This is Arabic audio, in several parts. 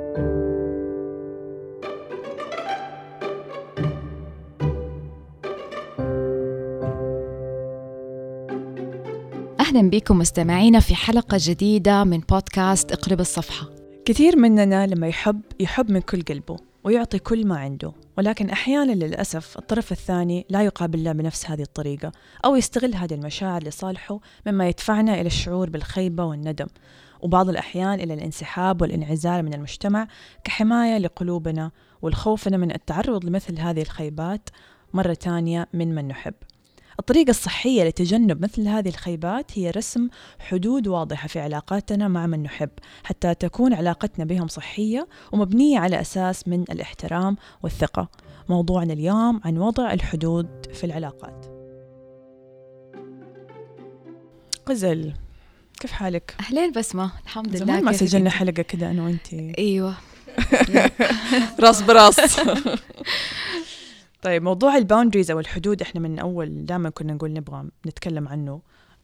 أهلا بكم مستمعينا في حلقة جديدة من بودكاست اقلب الصفحة. كثير مننا لما يحب من كل قلبه ويعطي كل ما عنده، ولكن أحيانا للأسف الطرف الثاني لا يقابلنا بنفس هذه الطريقة أو يستغل هذه المشاعر لصالحه، مما يدفعنا إلى الشعور بالخيبة والندم، وبعض الأحيان إلى الانسحاب والانعزال من المجتمع كحماية لقلوبنا والخوفنا من التعرض لمثل هذه الخيبات مرة تانية من نحب. الطريقة الصحية لتجنب مثل هذه الخيبات هي رسم حدود واضحة في علاقاتنا مع من نحب، حتى تكون علاقتنا بهم صحية ومبنية على أساس من الاحترام والثقة. موضوعنا اليوم عن وضع الحدود في العلاقات. غزل، كيف حالك؟ أهلين بسمة، الحمد لله. زمان ما سجلنا حلقة كده أنا وأنتي. أيوة. راس براس. طيب، موضوع الباوندريز أو الحدود إحنا من أول دائما كنا نقول نبغى نتكلم عنه.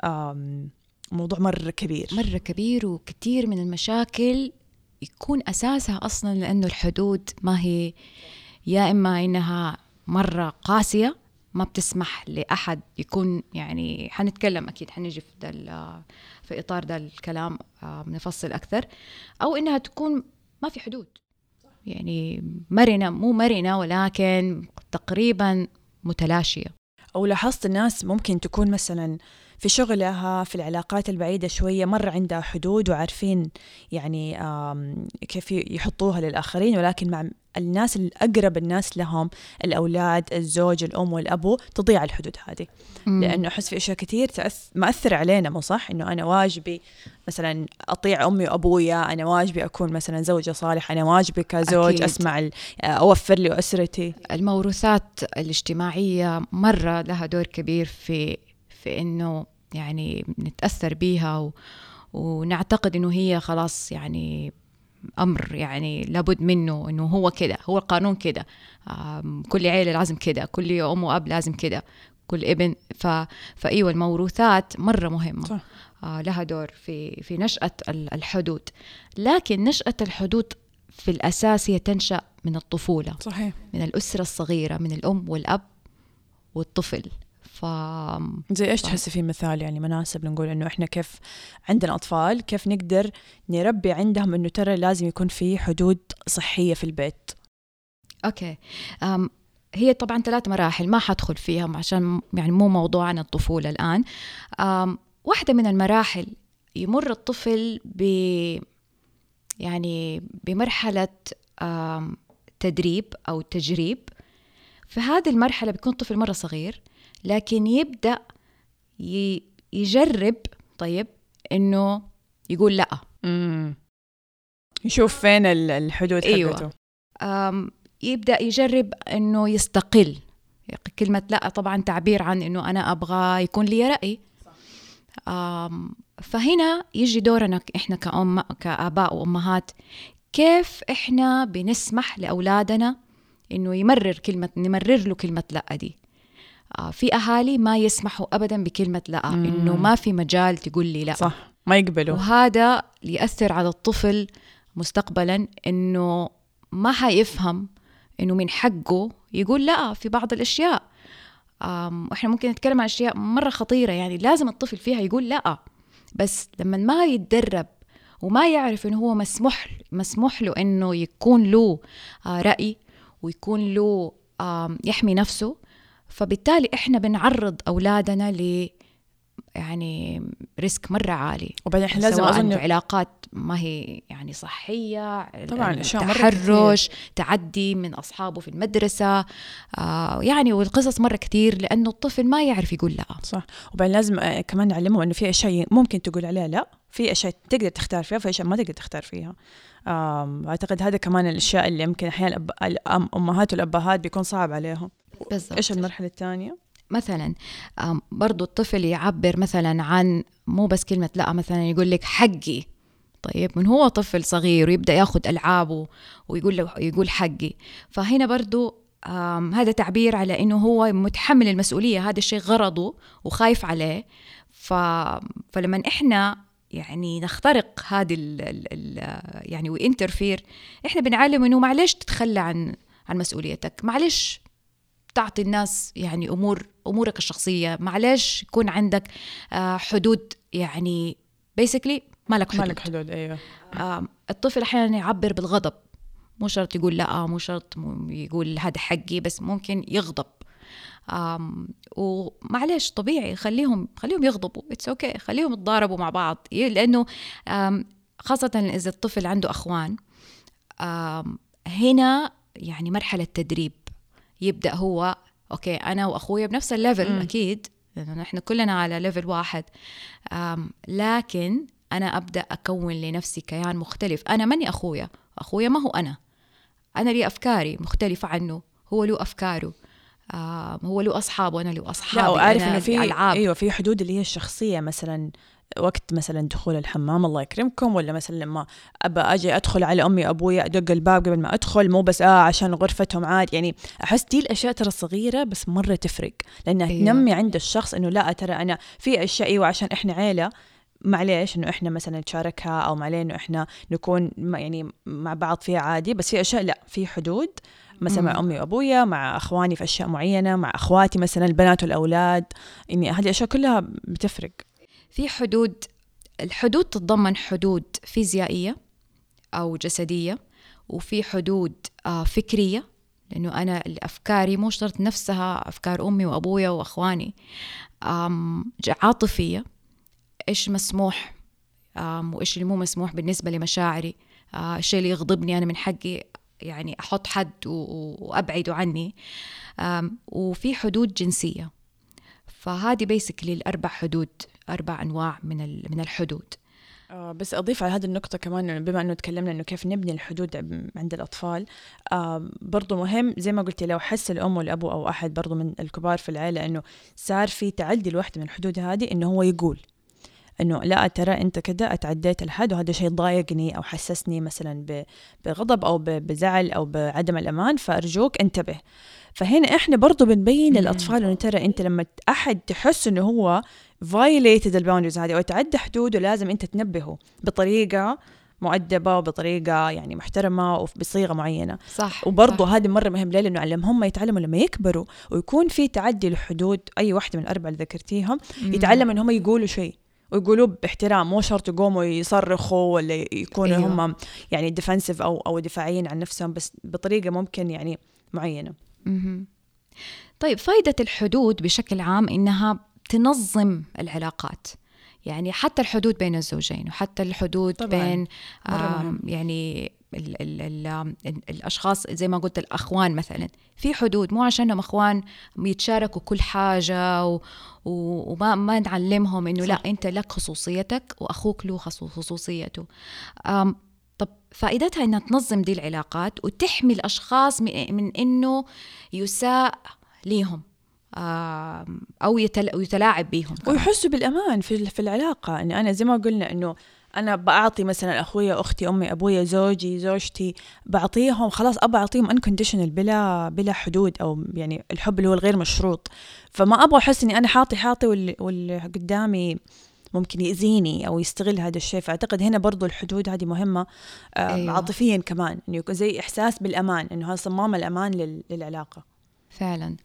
موضوع مرة كبير وكثير من المشاكل يكون أساسها أصلا لأنه الحدود ما هي، يا إما إنها مرة قاسية ما بتسمح لأحد يكون، يعني حنتكلم أكيد حنجي في إطار ده الكلام نفصل أكثر، أو إنها تكون ما في حدود، يعني مرنة، مو مرنة ولكن تقريبا متلاشية. أو لاحظت الناس ممكن تكون مثلا في شغلها في العلاقات البعيدة شوية مرة عندها حدود وعارفين يعني كيف يحطوها للآخرين، ولكن مع الناس الأقرب الناس لهم، الأولاد، الزوج، الأم والأبو، تضيع الحدود هذه. لأنه أحس في أشياء كتير مأثر علينا، مو صح؟ إنه أنا واجبي مثلا أطيع أمي وأبويا، أنا واجبي أكون مثلا زوجة صالح، أنا واجبي كزوج أكيد أسمع أوفر لي وأسرتي. الموروثات الاجتماعية مرة لها دور كبير في إنه يعني نتأثر بيها ونعتقد إنه هي خلاص يعني أمر يعني لابد منه، إنه هو كده، هو القانون كده، كل عيلة لازم كده، كل أم وأب لازم كده، كل ابن. فأيوة الموروثات مرة مهمة، لها دور في نشأة الحدود. لكن نشأة الحدود في الأساس هي تنشأ من الطفولة. صحيح. من الأسرة الصغيرة، من الأم والأب والطفل. زي إيش تحسي في مثال يعني مناسب نقول إنه إحنا كيف عندنا أطفال كيف نقدر نربي عندهم إنه ترى لازم يكون في حدود صحية في البيت؟ أوكي. هي طبعا 3 مراحل ما حدخل فيها عشان يعني مو موضوع عن الطفولة الآن. واحدة من المراحل يمر الطفل يعني بمرحلة تدريب أو تجريب. في هذه المرحلة بيكون طفل مرة صغير، لكن يبدأ يجرب، طيب إنه يقول لأ، يشوف فين الحدود حقته. أيوة. يبدأ يجرب إنه يستقل. كلمة لأ طبعا تعبير عن إنه أنا أبغى يكون لي رأي. فهنا يجي دورنا إحنا كآباء وأمهات، كيف إحنا بنسمح لأولادنا إنه نمرر له كلمة لأ دي. في أهالي ما يسمحوا أبدا بكلمة لأ، إنه ما في مجال تقول لي لأ، صح، ما يقبلوا. وهذا يأثر على الطفل مستقبلا، إنه ما حيفهم إنه من حقه يقول لأ في بعض الأشياء. وإحنا ممكن نتكلم عن أشياء مرة خطيرة يعني لازم الطفل فيها يقول لأ، بس لما ما يتدرب وما يعرف إنه هو مسموح له إنه يكون له رأي ويكون له يحمي نفسه، فبالتالي إحنا بنعرض أولادنا يعني ريسك مرة عالي. وبعدين إحنا لازم أظن علاقات ما هي يعني صحية، طبعا تحرش، تعدي من أصحابه في المدرسة، يعني والقصص مرة كتير، لأنه الطفل ما يعرف يقول لا. صح. وبعدين لازم كمان نعلمه إنه في أشياء ممكن تقول عليها لا، في أشياء تقدر تختار فيها، في أشياء ما تقدر تختار فيها. أعتقد هذا كمان الأشياء اللي يمكن أحيانا الأمهات والأبهات بيكون صعب عليهم. بالضبط. إيش المرحلة الثانية؟ مثلا برضو الطفل يعبر مثلا عن مو بس كلمة لا، مثلا يقول لك حقي. طيب من هو طفل صغير ويبدأ ياخد ألعابه ويقول حقي، فهنا برضو هذا تعبير على إنه هو متحمل المسؤولية، هذا الشيء غرضه وخايف عليه. فلما إحنا يعني نخترق هذه يعني وانترفير، احنا بنعلم انه معلش تتخلى عن مسؤوليتك، معلش تعطي الناس يعني امورك الشخصيه، معلش يكون عندك حدود، يعني بيسكلي مالك حدود. ايوه. الطفل احيانا يعبر بالغضب، مو شرط يقول لا، مو شرط يقول هذا حقي، بس ممكن يغضب. ومعلش طبيعي، خليهم يغضبوا، اتس اوكي، خليهم يتضاربوا مع بعض، لانه خاصة إذا الطفل عنده أخوان، هنا يعني مرحلة تدريب، يبدأ هو أوكي أنا وأخويا بنفس الليفل، أكيد لأنه نحن كلنا على ليفل واحد، لكن أنا أبدأ أكون لنفسي كيان مختلف. أنا ماني أخويا ما هو أنا لي أفكاري مختلفة عنه، هو له أفكاره، هو له أصحابه وأنا له أصحابي. لا، وعارف إنه في ألعاب، أيوة في حدود اللي هي الشخصية، مثلا وقت مثلا دخول الحمام الله يكرمكم، ولا مثلا لما أجي أدخل على أمي وأبوي أدق الباب قبل ما أدخل، مو بس عشان غرفتهم عاد. يعني أحس دي الأشياء ترى صغيرة بس مرة تفرق، لأنها تنمي عند الشخص إنه لا ترى أنا في أشياء، أيوة عشان إحنا عيلة معليش إنه إحنا مثلا نشاركها، أو معليه إنه إحنا نكون يعني مع بعض فيها عادي، بس في أشياء لا، في حدود مثلا مع أمي وأبويا، مع أخواني في أشياء معينة، مع أخواتي مثلا البنات والأولاد، إني هذه الأشياء كلها بتفرق. في حدود، الحدود تتضمن حدود فيزيائية أو جسدية، وفي حدود فكرية، لأنه أنا أفكاري مو شرط نفسها أفكار أمي وأبويا وأخواني. عاطفية، إيش مسموح وإيش اللي مو مسموح بالنسبة لمشاعري، الشيء اللي يغضبني أنا من حقي يعني أحط حد وأبعده عني. وفي حدود جنسية. فهذه بيسكلي الأربع حدود، 4 أنواع من الحدود. بس أضيف على هذه النقطة كمان، بما أنه تكلمنا أنه كيف نبني الحدود عند الأطفال، برضو مهم زي ما قلت، لو حس الأم والأبو أو أحد برضو من الكبار في العائلة أنه صار في تعدي لواحدة من الحدود هذه، أنه هو يقول أنه لا ترى أنت كده أتعديت الحد، وهذا شيء ضايقني أو حسسني مثلا بغضب أو بزعل أو بعدم الأمان، فأرجوك انتبه. فهنا إحنا برضو بنبين للأطفال أنه ترى أنت لما أحد تحس أنه هو violated the boundaries هذه ويتعدى حدوده، لازم أنت تنبهه بطريقة مؤدبة وبطريقة يعني محترمة وبصيغة معينة. صح. وبرضه هذه مرة مهم، ليه؟ لأنه علمهم يتعلموا لما يكبروا ويكون في تعدي لحدود أي واحدة من الأربعة اللي ذكرتيهم، يتعلم أنهم يقولوا شيء ويقولوا باحترام، مو شرط يقوموا يصرخوا ولا يكونوا هم يعني ديفنسيف أو دفاعيين عن نفسهم، بس بطريقة ممكن يعني معينة. طيب، فائدة الحدود بشكل عام إنها تنظم العلاقات، يعني حتى الحدود بين الزوجين، وحتى الحدود بين يعني الأشخاص زي ما قلت الأخوان مثلا، في حدود، مو عشانهم أخوان يتشاركوا كل حاجة وما نعلمهم إنه لا أنت لك خصوصيتك وأخوك له خصوصيته. طب فائدتها إنها تنظم دي العلاقات وتحمي الأشخاص من إنه يساء ليهم أو يتلاعب بيهم ويحسوا بالأمان في العلاقة. إن أنا زي ما قلنا إنه أنا بعطي مثلا أخويا أختي أمي أبويا زوجي زوجتي، بعطيهم خلاص، أبغى أعطيهم unconditional بلا حدود، أو يعني الحب اللي هو الغير مشروط. فما أبغى أحس إني أنا حاطي واللي قدامي ممكن يأذيني أو يستغل هذا الشيء. فأعتقد هنا برضو الحدود هذه مهمة. أيوة. عاطفيا كمان إنه يكون زي إحساس بالأمان، إنه هذا صمام الأمان للعلاقة فعلا.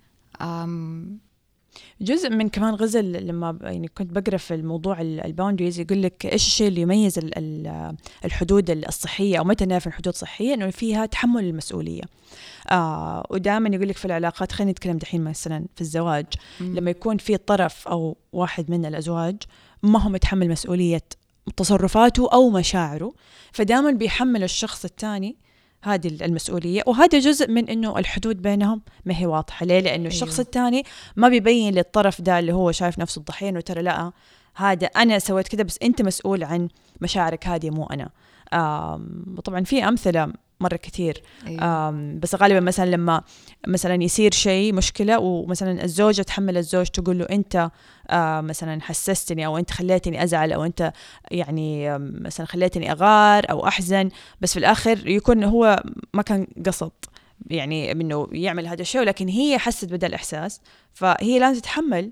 جزء من كمان غزل لما يعني كنت بقرأ في الموضوع الباوندريز، يقول لك إيش الشيء اللي يميز الحدود الصحية أو متى نعرف الحدود الصحية، إنه فيها تحمل المسؤولية. ودائما يقول لك في العلاقات، خلينا نتكلم دحين مثلا في الزواج، لما يكون في طرف أو واحد من الأزواج ما هو متحمل مسؤولية تصرفاته أو مشاعره، فدائما بيحمل الشخص الثاني هذه المسؤولية. وهذا جزء من إنه الحدود بينهم ما هي واضحة. ليه؟ لأنه الشخص الثاني ما بيبين للطرف ده اللي هو شايف نفسه الضحية إنه ترى لا، هذا أنا سويت كده بس أنت مسؤول عن مشاعرك هذه مو أنا. وطبعا في أمثلة مرة كثير. بس غالبا مثلا لما مثلا يصير شيء مشكلة، ومثلا الزوجة تحمل الزوج تقول له أنت مثلا حسستني، أو أنت خليتني أزعل، أو أنت يعني مثلا خليتني أغار أو أحزن، بس في الآخر يكون هو ما كان قصد يعني منه يعمل هذا الشيء، ولكن هي حست بدا الإحساس، فهي لازم تتحمل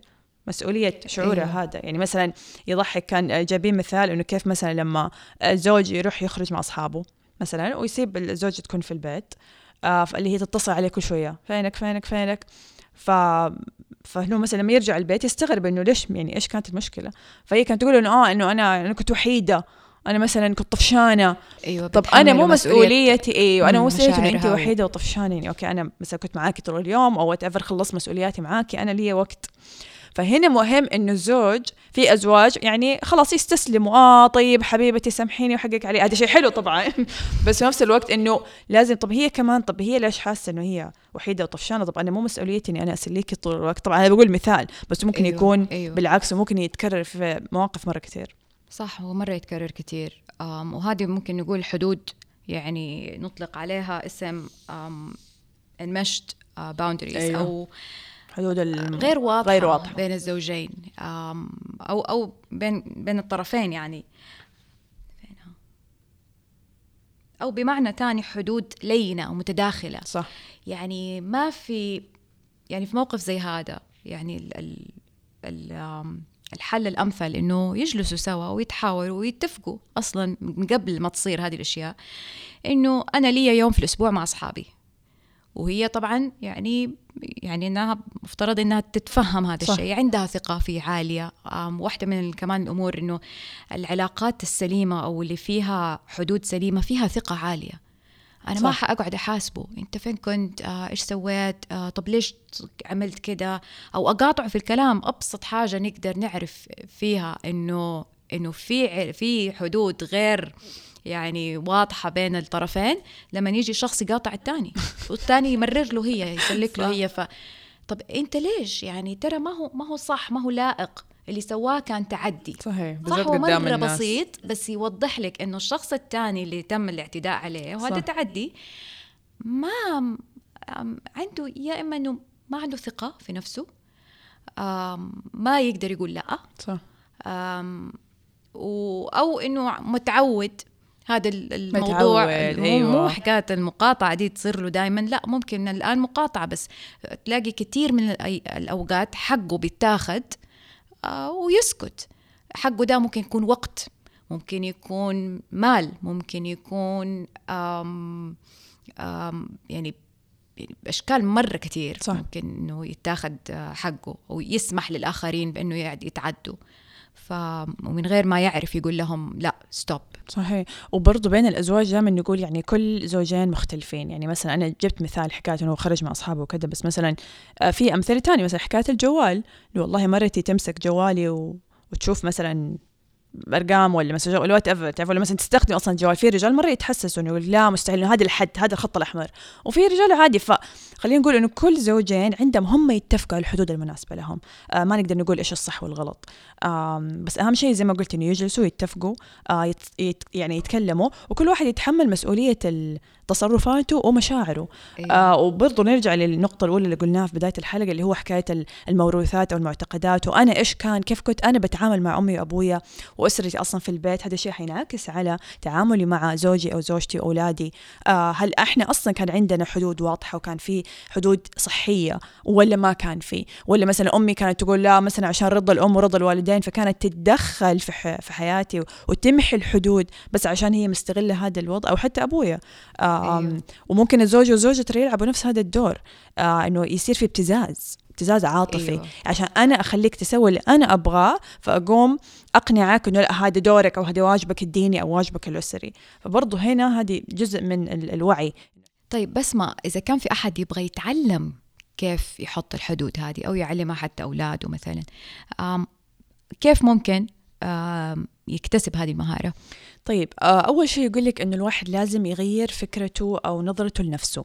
مسؤولية شعوره. هذا يعني مثلا يضحك، كان جايبين مثال إنه كيف مثلا لما الزوج يروح يخرج مع أصحابه مثلا ويسيب الزوجة تكون في البيت، اللي هي تتصل عليه كل شوية فينك فينك فينك، فهو مثلا لما يرجع البيت يستغرب إنه ليش، يعني إيش كانت المشكلة. فهي كانت تقول إنه أنا كنت وحيدة، أنا مثلا كنت طفشانة. أيوة، طب أنا مو مسؤوليتي وأنا مو مسؤوليتي إنه أنت وحيدة وطفشانة. يعني أوكي أنا مثلا كنت معاكي طول اليوم أو whatever، خلص مسؤولياتي معاكي، أنا لي وقت. فهنا مهم إنه الزوج، في أزواج يعني خلاص يستسلموا، طيب حبيبتي سامحيني وحقك علي، هذا شيء حلو طبعا بس في نفس الوقت إنه لازم، طب هي كمان، طب هي ليش حاسة إنه هي وحيدة وطفشانة؟ طب أنا مو مسؤوليتي إني أنا أسليكي طول الوقت. طبعا أنا بقول مثال، بس ممكن يكون بالعكس، وممكن يتكرر في مواقف مرة كتير. صح، هو مرة يتكرر كتير. وهذه ممكن نقول حدود، يعني نطلق عليها اسم انمشت boundaries. أو حدود غير واضحة بين الزوجين، أو بين الطرفين يعني، أو بمعنى تاني حدود لينة أو متداخلة. صح. يعني ما في، يعني في موقف زي هذا يعني الحل الأمثل إنه يجلسوا سوا ويتحاوروا ويتفقوا أصلاً من قبل ما تصير هذه الأشياء، إنه أنا لي يوم في الأسبوع مع أصحابي، وهي طبعاً يعني إنها مفترض إنها تتفهم هذا الشيء، عندها ثقة فيه عالية. واحدة من كمان الأمور إنه العلاقات السليمة أو اللي فيها حدود سليمة فيها ثقة عالية. أنا ما حأقعد أحاسبه أنت فين كنت، إيش سويت، طب ليش عملت كده، أو أقاطعه في الكلام. أبسط حاجة نقدر نعرف فيها إنه في حدود غير يعني واضحة بين الطرفين لما يجي شخص يقاطع الثاني والثاني يمرر له هي، يسلك له هي. طب أنت ليش؟ يعني ترى ما هو صح، ما هو لائق اللي سواه، كان تعدي. صحيح، هو مرة بسيط بس يوضح لك إنه الشخص الثاني اللي تم الاعتداء عليه وهذا تعدي ما عنده، يا إما إنه ما عنده ثقة في نفسه، ما يقدر يقول لأ، صح. أو إنه متعود هذا الموضوع. مو حكاية المقاطعة دي تصير له دايما، لا، ممكن الآن مقاطعة بس تلاقي كتير من الأوقات حقه بيتاخد ويسكت. حقه ده ممكن يكون وقت، ممكن يكون مال، ممكن يكون يعني بأشكال مرة كتير. صح. ممكن إنه يتاخد حقه أو يسمح للآخرين بأنه يتعدوا، ومن غير ما يعرف يقول لهم لا ستوب. صحيح. وبرضو بين الأزواج دائما نقول يعني كل زوجين مختلفين. يعني مثلا أنا جبت مثال حكاية أنه خرج مع أصحابه وكذا، بس مثلا في أمثلة تانية، مثلا حكاية الجوال، والله مرتي تمسك جوالي وتشوف مثلا أرقام ولا مسج ولا وات ايفر، تعرف، ولا مثلا تستخدم أصلا جوال. في رجال مرة يتحسسوا إنه لا مستحيل، إنه هذا الحد، هذا الخط الأحمر، وفي رجال عادي. فخلينا نقول إنه كل زوجين عندهم هم يتفقوا على الحدود المناسبة لهم. ما نقدر نقول إيش الصح والغلط، بس أهم شيء زي ما قلت إنه يجلسوا يتفقوا، يعني يتكلموا، وكل واحد يتحمل مسؤولية تصرفاته ومشاعره. وبرضو نرجع للنقطة الأولى اللي قلناها في بداية الحلقة، اللي هو حكاية الموروثات أو المعتقدات، وأنا إيش كان، كيف كنت أنا بتعامل مع أمي وأبويا وأسرتي أصلا في البيت. هذا الشيء حينعكس على تعاملي مع زوجي أو زوجتي وأولادي. هل إحنا أصلا كان عندنا حدود واضحة وكان في حدود صحية، ولا ما كان في؟ ولا مثلا أمي كانت تقول لا مثلا عشان رضا الأم ورضا الوالدين، فكانت تتدخل في حياتي وتمحي الحدود بس عشان هي مستغلة هذا الوضع. أو حتى أبويا، وممكن الزوج والزوجة ترى يلعبوا نفس هذا الدور، إنه يصير في ابتزاز عاطفي. عشان أنا أخليك تسوي اللي أنا أبغاه، فأقوم أقنعك إنه لا هذا دورك أو هذا واجبك الديني أو واجبك الأسري. فبرضه هنا هذه جزء من الوعي. طيب بس ما إذا كان في أحد يبغى يتعلم كيف يحط الحدود هذه أو يعلمها حتى أولاده مثلا، كيف ممكن يكتسب هذه المهارة؟ طيب أول شيء يقول لك إنه الواحد لازم يغير فكرته أو نظرته لنفسه.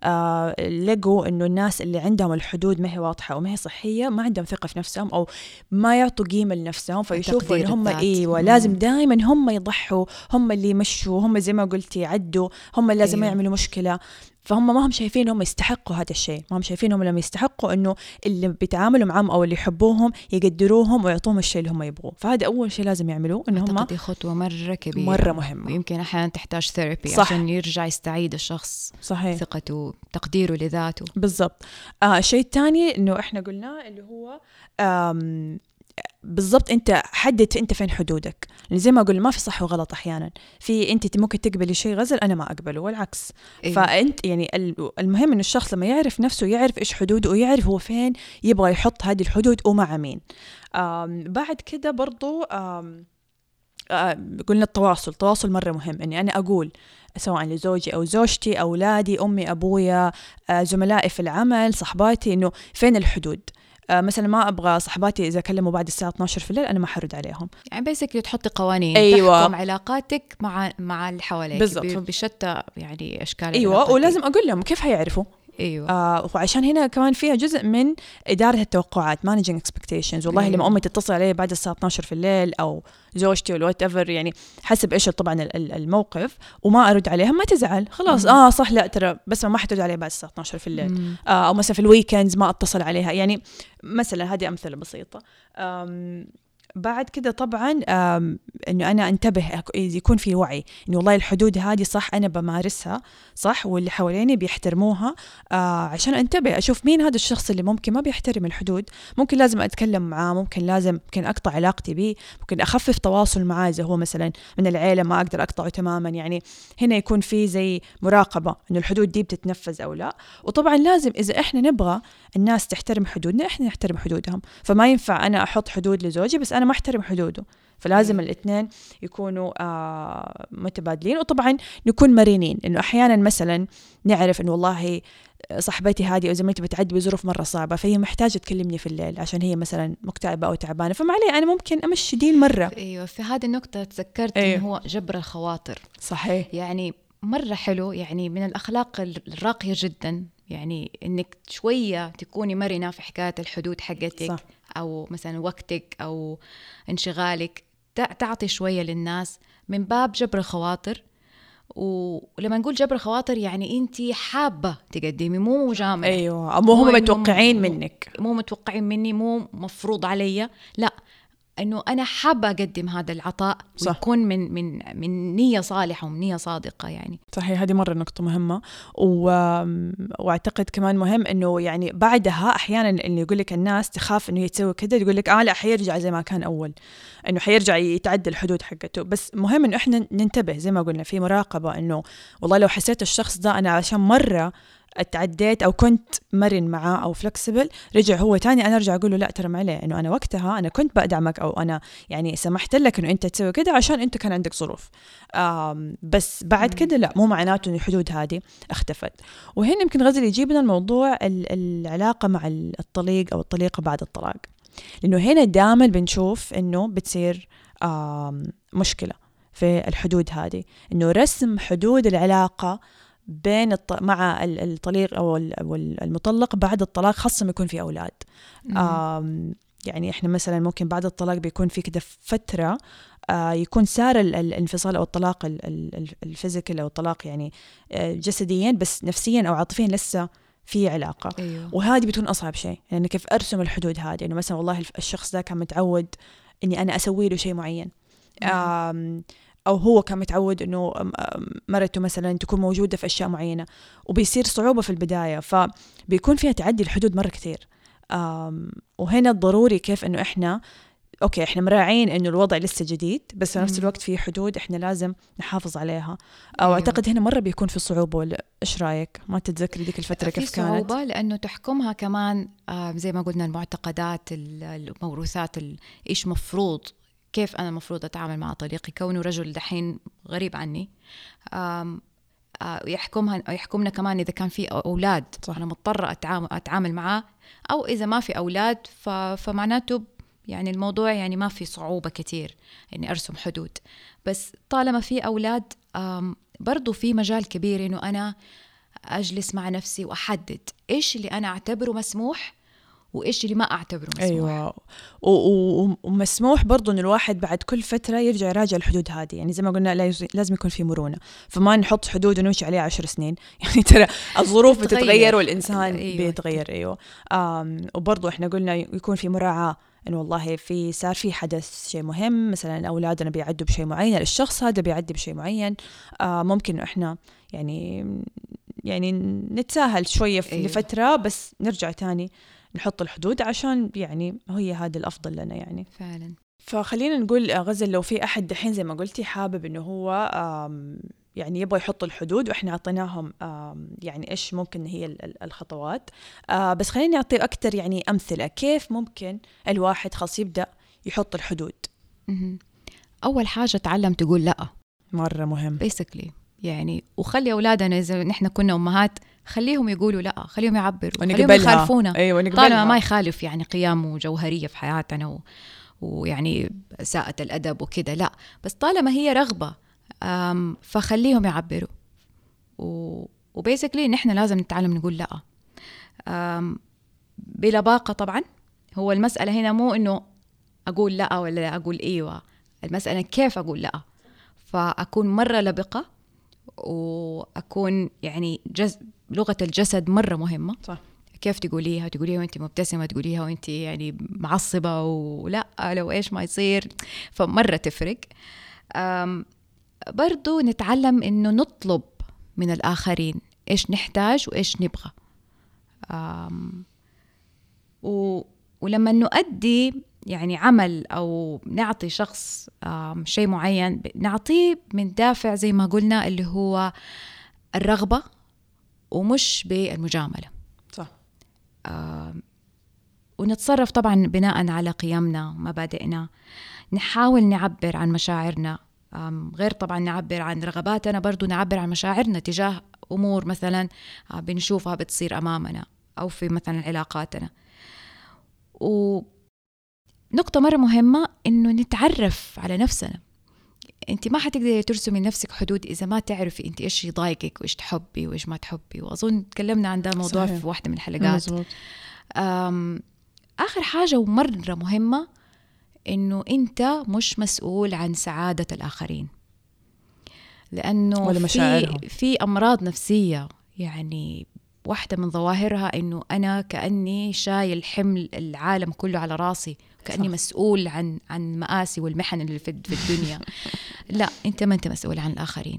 لقوا إنه الناس اللي عندهم الحدود ما هي واضحة وما هي صحية ما عندهم ثقة في نفسهم أو ما يعطوا قيمة لنفسهم، فيشوفوا إن هم لازم دائما هم يضحوا، هم اللي يمشوا، هم زي ما قلتي يعدوا، هم اللي لازم يعملوا مشكلة. فهم ما هم شايفين هم يستحقوا هذا الشيء، ما هم شايفين هم لما يستحقوا إنه اللي بيتعاملوا معهم أو اللي يحبوهم يقدروهم ويعطوهم الشيء اللي هم يبغوه. فهذا أول شيء لازم يعملوه، إنه هم أعتقد خطوة مرة كبيرة، مرة مهمة، ويمكن أحيانا تحتاج ثيرابي عشان يرجع يستعيد الشخص صحيح ثقته، تقديره لذاته. بالضبط. الشيء الثاني إنه إحنا قلنا اللي هو بالضبط أنت حدد أنت فين حدودك، يعني زي ما أقول ما في صح وغلط، أحيانا في أنت ممكن تقبلي شيء غزل أنا ما أقبله والعكس. أيوة. فأنت يعني المهم إنه الشخص لما يعرف نفسه يعرف إيش حدوده ويعرف هو فين يبغى يحط هذه الحدود ومع مين. بعد كده برضو قلنا التواصل مرة مهم، إني أنا أقول سواء لزوجي أو زوجتي، أولادي، أمي، أبويا، زملائي في العمل، صحباتي، إنه فين الحدود. مثلا ما أبغى صحباتي إذا كلموا بعد الساعة 12 في الليل أنا ما حرد عليهم. يعني بيسكلي تحطي قوانين. أيوة. تحكم علاقاتك مع اللي حواليك بشتى يعني أشكال. أيوة. ولازم أقول لهم كيف هيعرفوا. أيوة. وعشان هنا كمان فيها جزء من إدارة التوقعات managing expectations. والله أيوة. لما أمي تتصل علي بعد الساعة 12 في الليل أو زوجتي ولا whatever، يعني حسب إيش طبعا الموقف، وما أرد عليها ما تزعل خلاص. صح لا ترى بس ما حترد عليها بعد الساعة 12 في الليل. أو مثلا في الويكندز ما أتصل عليها، يعني مثلا هذه أمثلة بسيطة. بعد كده طبعا إنه أنا أنتبه، يكون في وعي إنه والله الحدود هذه صح أنا بمارسها صح، واللي حواليني بيحترموها. عشان أنتبه أشوف مين هذا الشخص اللي ممكن ما بيحترم الحدود، ممكن لازم أتكلم معاه، ممكن أقطع علاقتي به، ممكن أخفف تواصل معاه إذا هو مثلا من العيلة ما أقدر أقطعه تماما. يعني هنا يكون في زي مراقبة إنه الحدود دي بتتنفذ أو لا. وطبعا لازم إذا إحنا نبغى الناس تحترم حدودنا إحنا نحترم حدودهم، فما ينفع أنا أحط حدود لزوجي بس أنا ما أحترم حدوده. فلازم الاثنين يكونوا متبادلين. وطبعا نكون مرنين، إنه أحيانا مثلا نعرف إنه والله صاحبتي هذه أو زميلتي بتعدي بظروف مرة صعبة، فهي محتاجة تكلمني في الليل عشان هي مثلا مكتئبة أو تعبانة، فما علي أنا ممكن أمشي دي المرة. أيوة. في هذه النقطة تذكرت إنه هو جبر الخواطر. صحيح. يعني مرة حلو، يعني من الأخلاق الراقية جدا، يعني إنك شوية تكوني مرنة في حكاية الحدود حقتك. صح. أو مثلا وقتك أو انشغالك تعطي شوية للناس من باب جبر الخواطر. ولما نقول جبر خواطر يعني أنتي حابة تقدمي، مو مجاملة. أيوة. مو هم متوقعين منك، مو متوقعين مني، مو مفروض علي، لا، إنه أنا حابة أقدم هذا العطاء ويكون من نية صالحة ومن نية صادقة. يعني صحيح. هذه مرة نقطة مهمة. وأعتقد كمان مهم إنه يعني بعدها أحيانا اللي يقول لك الناس تخاف إنه يتسوي كده، يقول لك لا حيرجع زي ما كان أول، إنه حيرجع يتعدى الحدود حقته. بس مهم إنه إحنا ننتبه زي ما قلنا في مراقبة، إنه والله لو حسيت الشخص ده أنا عشان مرة اتعديت أو كنت مرن معاه أو فلكسبل، رجع هو تاني أنا أرجع أقول له لا ترى معليه، إنه أنا وقتها أنا كنت بدعمك أو أنا يعني سمحت لك إنه أنت تسوي كده عشان أنت كان عندك ظروف. بس بعد كده لا، مو معناته إن الحدود هذه اختفت. وهنا يمكن غزل يجيبنا الموضوع العلاقة مع الطليق أو الطليقة بعد الطلاق، لأنه هنا دائما بنشوف إنه بتصير مشكلة في الحدود هذه، إنه رسم حدود العلاقة بين مع الطليق أو المطلق بعد الطلاق، خاصة ما يكون في أولاد. يعني إحنا مثلا ممكن بعد الطلاق بيكون في كده فترة يكون سار الانفصال أو الطلاق الفيزيكال أو الطلاق يعني جسديا، بس نفسيا أو عاطفيا لسه في علاقة. أيوه. وهذه بتكون أصعب شيء، يعني كيف أرسم الحدود هذه، إنه مثلا والله الشخص ده كان متعود إني أنا أسوي له شيء معين، أو هو كان متعود إنه مرته مثلا تكون موجودة في أشياء معينة، وبيصير صعوبة في البداية، فبيكون فيها تعدي الحدود مرة كثير. وهنا الضروري كيف إنه إحنا أوكي إحنا مراعين إنه الوضع لسه جديد، بس في نفس الوقت في حدود إحنا لازم نحافظ عليها. أو أعتقد هنا مرة بيكون في صعوبة، ولا إيش رأيك؟ ما تتذكري ذيك الفترة كيف كانت؟ في صعوبة لأنه تحكمها كمان زي ما قلنا المعتقدات، الموروثات، إيش مفروض، كيف أنا مفروض أتعامل مع طليقي كونه رجل دحين غريب عني. يحكمنا كمان إذا كان في أولاد. صح. أنا مضطرة أتعامل معاه، أو إذا ما في أولاد فمعناته يعني الموضوع يعني ما في صعوبة كتير إني أرسم حدود. بس طالما في أولاد برضو في مجال كبير إنه أنا أجلس مع نفسي وأحدد إيش اللي أنا أعتبره مسموح وإيش اللي ما أعتبره مسموح. أيوة. ومسموح برضو إن الواحد بعد كل فترة يرجع يراجع الحدود هذه. يعني زي ما قلنا لازم يكون في مرونة، فما نحط حدود ونمشي عليها 10 سنين. يعني ترى الظروف بتتغير والإنسان بيتغير. أيوة. وبرضو إحنا قلنا يكون في مراعاة إنه والله صار في حدث شيء مهم، مثلا أولادنا بيعدوا بشيء معين، الشخص هذا بيعدي بشيء معين، ممكن إحنا يعني نتساهل شوية لفترة، بس نرجع تاني نحط الحدود عشان يعني هي هذا الأفضل لنا يعني فعلا. فخلينا نقول غزل، لو في أحد دحين زي ما قلتي حابب إنه هو يعني يبغى يحط الحدود، وإحنا أعطيناهم يعني إيش ممكن هي الخطوات، بس خليني أعطي أكتر يعني أمثلة كيف ممكن الواحد خلاص يبدأ يحط الحدود. أول حاجة تعلم تقول لأ، مرة مهم basically يعني. وخلي أولادنا إذا نحن كنا أمهات خليهم يقولوا لأ، خليهم يعبروا، خليهم يخالفونا. أيوة طالما ما يخالف يعني قيم جوهرية في حياتنا ويعني ساءة الأدب وكده، لا، بس طالما هي رغبة فخليهم يعبروا. وبيسكلي نحن لازم نتعلم نقول لأ بلباقة. طبعا هو المسألة هنا مو إنه أقول لأ ولا أقول إيوة، المسألة كيف أقول لأ. فأكون مرة لبقة، وأكون يعني لغة الجسد مرة مهمة. صح. كيف تقوليها وانت مبتسمة، تقوليها وانت يعني معصبة ولا لو ايش ما يصير، فمرة تفرق. برضو نتعلم انه نطلب من الآخرين ايش نحتاج وايش نبغى. ولما نؤدي يعني عمل أو نعطي شخص شيء معين، نعطيه من دافع زي ما قلنا اللي هو الرغبة ومش بالمجاملة. صح. ونتصرف طبعا بناء على قيمنا ومبادئنا. نحاول نعبر عن مشاعرنا، غير طبعا نعبر عن رغباتنا، برضو نعبر عن مشاعرنا تجاه أمور مثلا بنشوفها بتصير أمامنا أو في مثلا علاقاتنا. ونقطة مرة مهمة إنه نتعرف على نفسنا. أنت ما حتقدري ترسمي لنفسك حدود إذا ما تعرفي أنت إيش يضايقك وإيش تحبي وإيش ما تحبي. وأظن تكلمنا عن ده الموضوع في واحدة من الحلقات. آخر حاجة ومرة مهمة إنه أنت مش مسؤول عن سعادة الآخرين، لأنه في أمراض نفسية يعني واحدة من ظواهرها إنه أنا كأني شايل حمل العالم كله على راسي، كأني مسؤول عن مآسي والمحن اللي في الدنيا. لا، أنت ما أنت مسؤول عن الآخرين.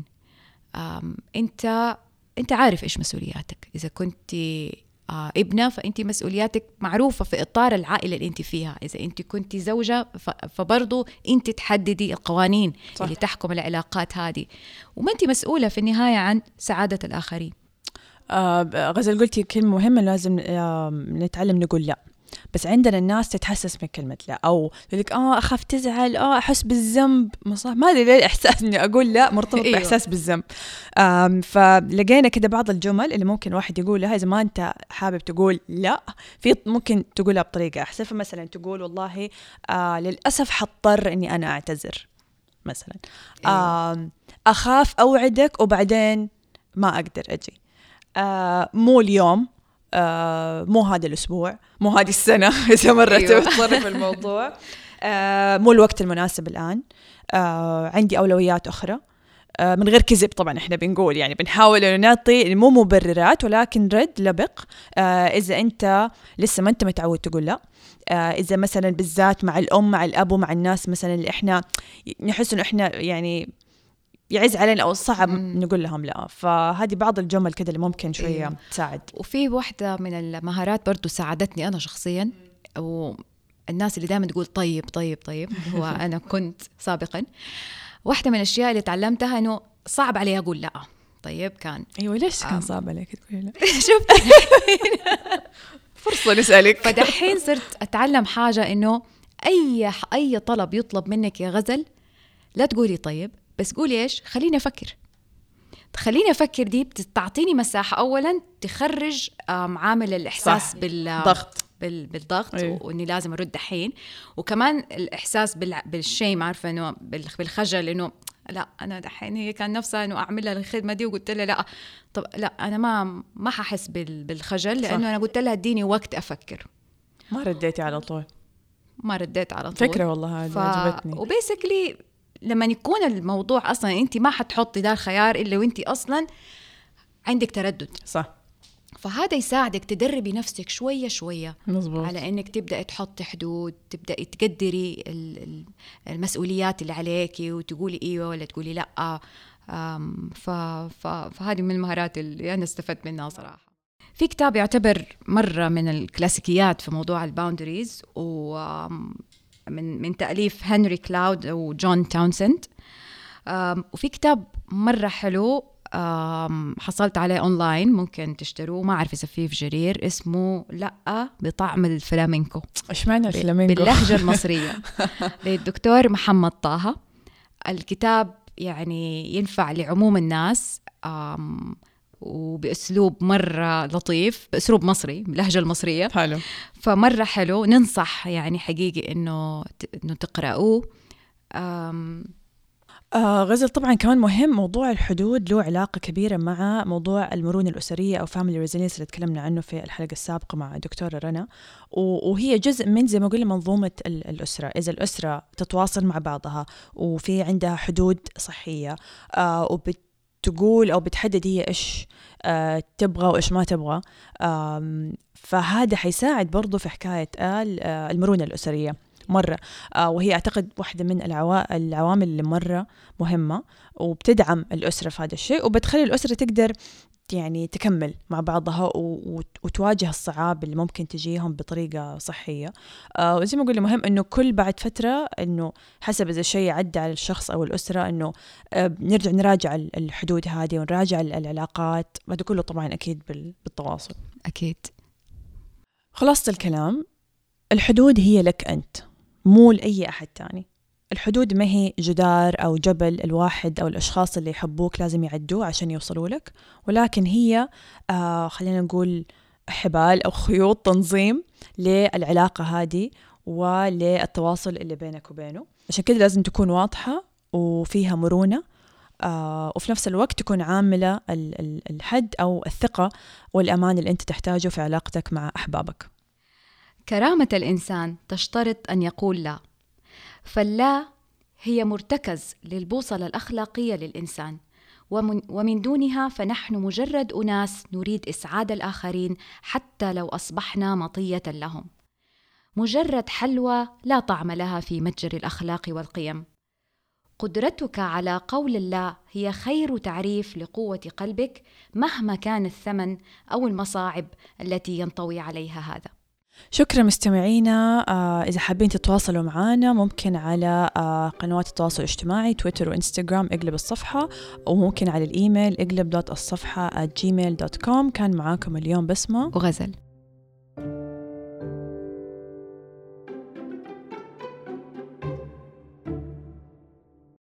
أنت عارف إيش مسؤولياتك. إذا كنت ابنة فأنت مسؤولياتك معروفة في إطار العائلة اللي أنت فيها. إذا أنت كنت زوجة فبرضو أنت تحددي القوانين صح. اللي تحكم العلاقات هذه، وما أنت مسؤولة في النهاية عن سعادة الآخرين. غزل قلتي كلمة مهمة، لازم نتعلم نقول لا. بس عندنا الناس تتحسس من كلمة لا، أو يقولك أخاف تزعل، أحس بالذنب. ما أدري ليه الإحساس إني أقول لا مرتبط أيوة. بإحساس بالذنب. فلقينا كده بعض الجمل اللي ممكن واحد يقولها إذا ما أنت حابب تقول لا، في ممكن تقولها بطريقة أحسن. فمثلا تقول والله للأسف حضطر إني أنا أعتذر مثلا. أيوة. أخاف أوعدك وبعدين ما أقدر أجي. مو اليوم، مو هذا الأسبوع، مو هذه السنة إذا مرة أيوة. تتصرف الموضوع. مو الوقت المناسب الآن، عندي أولويات أخرى. من غير كذب طبعا إحنا بنقول يعني بنحاول أن نعطي مو مبررات ولكن رد لبق. إذا أنت لسه ما أنت متعود تقول لا، إذا مثلا بالذات مع الأم مع الأب ومع الناس مثلا اللي إحنا نحس إنه إحنا يعني يعز علينا أو صعب نقول لهم لا. فهذه بعض الجمل كده اللي ممكن شوية تساعد. وفي واحدة من المهارات برضو ساعدتني أنا شخصيا، والناس اللي دائما تقول طيب طيب طيب هو أنا كنت سابقا واحدة من الأشياء اللي تعلمتها إنه صعب علي أقول لا. طيب كان أيوة، ليش كان صعب عليك تقولي لا؟ شفت فرصة نسألك. فدحين صرت أتعلم حاجة إنه أي طلب يطلب منك يا غزل لا تقولي طيب، بس قولي إيش، خليني خليني أفكر. دي بتعطيني مساحة أولا تخرج عامل الإحساس بالضغط أيوه. وإني لازم أرد الحين، وكمان الإحساس بالشيم، عارفة إنه بالخجل، إنه لا أنا دحين هي كان نفسها إنه أعمل لها الخدمة دي وقلت لها لا، طب لا أنا ما ححس بالخجل لأنه أنا قلت لها اديني وقت أفكر. ما رديتي على طول. ما رديت على طول. فكرة والله هذه عجبتني. وبيسكلي لما يكون الموضوع أصلا أنت ما حتحطي ده الخيار إلا وأنت أصلا عندك تردد. صح. فهذا يساعدك تدربي نفسك شوية شوية مزبوط. على إنك تبدأ تحطي حدود، تبدأ تقدري المسؤوليات اللي عليكي وتقولي إيوه ولا تقولي لأ. فهذه من المهارات اللي أنا استفدت منها صراحة. في كتاب يعتبر مرة من الكلاسيكيات في موضوع الباوندريز، ومن تأليف هنري كلاود وجون تاونسند. وفي كتاب مرة حلو حصلت عليه أونلاين، ممكن تشتروه، ما أعرف إذا فيه في جرير، اسمه لأ بطعم الفلامينكو. إيش معنى الفلامينكو؟ باللهجة المصرية للدكتور محمد طه. الكتاب يعني ينفع لعموم الناس، وبأسلوب مرة لطيف، بأسلوب مصري باللهجة المصرية. حلو. فمرة حلو، ننصح يعني حقيقي إنه تقرأوه. غزل، طبعا كمان مهم موضوع الحدود، له علاقة كبيرة مع موضوع المرونة الأسرية أو family resilience اللي تكلمنا عنه في الحلقة السابقة مع دكتورة رنا، وهي جزء من زي ما قلنا منظومة الأسرة. إذا الأسرة تتواصل مع بعضها وفي عندها حدود صحية وبتقول أو بتحدد هي إيش تبغى وإيش ما تبغى، فهذا حيساعد برضو في حكاية المرونة الأسرية مرة. وهي أعتقد واحدة من العوامل اللي مرة مهمة، وبتدعم الأسرة في هذا الشيء، وبتخلي الأسرة تقدر يعني تكمل مع بعضها وتواجه الصعاب اللي ممكن تجيهم بطريقة صحية. وزي ما قلنا مهم إنه كل بعد فترة إنه حسب إذا شيء عدى على الشخص أو الأسرة إنه نرجع نراجع الحدود هذه ونراجع العلاقات. هذا كله طبعا أكيد بالتواصل. أكيد. خلاصة الكلام، الحدود هي لك أنت، مو لأي أحد تاني. الحدود ما هي جدار أو جبل الواحد أو الأشخاص اللي يحبوك لازم يعدوه عشان يوصلوا لك، ولكن هي خلينا نقول حبال أو خيوط تنظيم للعلاقة هذه وللتواصل اللي بينك وبينه. عشان كده لازم تكون واضحة وفيها مرونة، وفي نفس الوقت تكون عاملة الحد أو الثقة والأمان اللي أنت تحتاجه في علاقتك مع أحبابك. كرامة الإنسان تشترط أن يقول لا، فاللا هي مرتكز للبوصلة الأخلاقية للإنسان، ومن دونها فنحن مجرد أناس نريد إسعاد الآخرين حتى لو أصبحنا مطية لهم، مجرد حلوى لا طعم لها في متجر الأخلاق والقيم. قدرتك على قول اللا هي خير تعريف لقوة قلبك مهما كان الثمن أو المصاعب التي ينطوي عليها هذا. شكرا مستمعينا. إذا حابين تتواصلوا معنا ممكن على قنوات التواصل الاجتماعي تويتر وإنستغرام اقلب الصفحة، وممكن على الإيميل اقلب.الصفحة@gmail.com. كان معاكم اليوم بسمة وغزل.